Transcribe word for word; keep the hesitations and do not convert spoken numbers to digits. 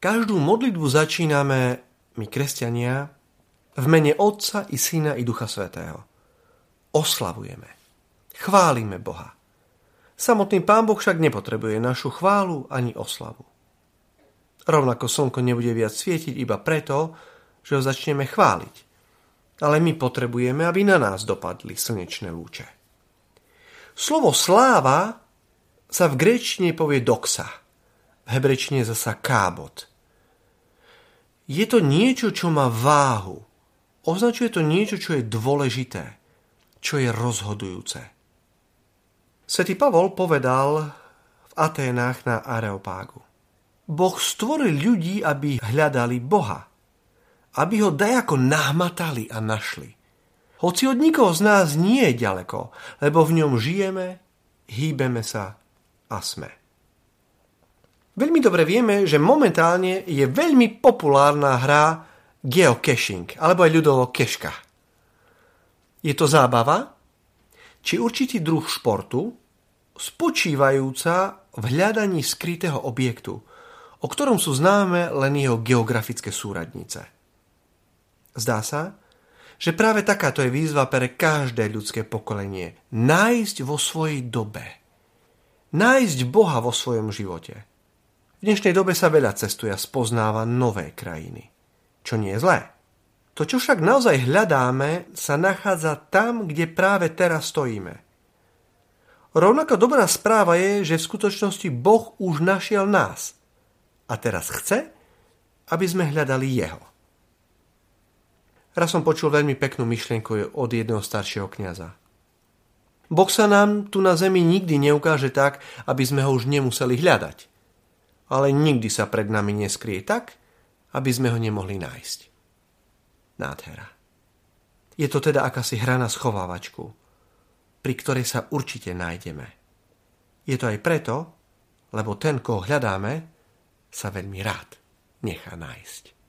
Každú modlitbu začíname my, kresťania, v mene Otca i Syna i Ducha Svätého. Oslavujeme, chválime Boha. Samotný Pán Boh však nepotrebuje našu chválu ani oslavu. Rovnako slnko nebude viac svietiť iba preto, že ho začneme chváliť. Ale my potrebujeme, aby na nás dopadli slnečné lúče. Slovo sláva sa v gréčtine povie doxa, v hebrečtine zasa kábot. Je to niečo, čo má váhu. Označuje to niečo, čo je dôležité, čo je rozhodujúce. Svätý Pavol povedal v Aténách na Areopágu: Boh stvoril ľudí, aby hľadali Boha, aby ho dajako nahmatali a našli. Hoci od nikoho z nás nie je ďaleko, lebo v ňom žijeme, hýbeme sa a sme. Veľmi dobre vieme, že momentálne je veľmi populárna hra geocaching, alebo aj ľudovo keška. Je to zábava, či určitý druh športu, spočívajúca v hľadaní skrytého objektu, o ktorom sú známe len jeho geografické súradnice. Zdá sa, že práve takáto je výzva pre každé ľudské pokolenie. Nájsť vo svojej dobe. Nájsť Boha vo svojom živote. V dnešnej dobe sa veľa cestuje a spoznáva nové krajiny. Čo nie je zlé. To, čo však naozaj hľadáme, sa nachádza tam, kde práve teraz stojíme. Rovnako dobrá správa je, že v skutočnosti Boh už našiel nás. A teraz chce, aby sme hľadali Jeho. Raz som počul veľmi peknú myšlienku od jedného staršieho kňaza. Boh sa nám tu na zemi nikdy neukáže tak, aby sme ho už nemuseli hľadať. Ale nikdy sa pred nami neskrie tak, aby sme ho nemohli nájsť. Nádhera. Je to teda akási hra na schovávačku, pri ktorej sa určite nájdeme. Je to aj preto, lebo ten, koho hľadáme, sa veľmi rád nechá nájsť.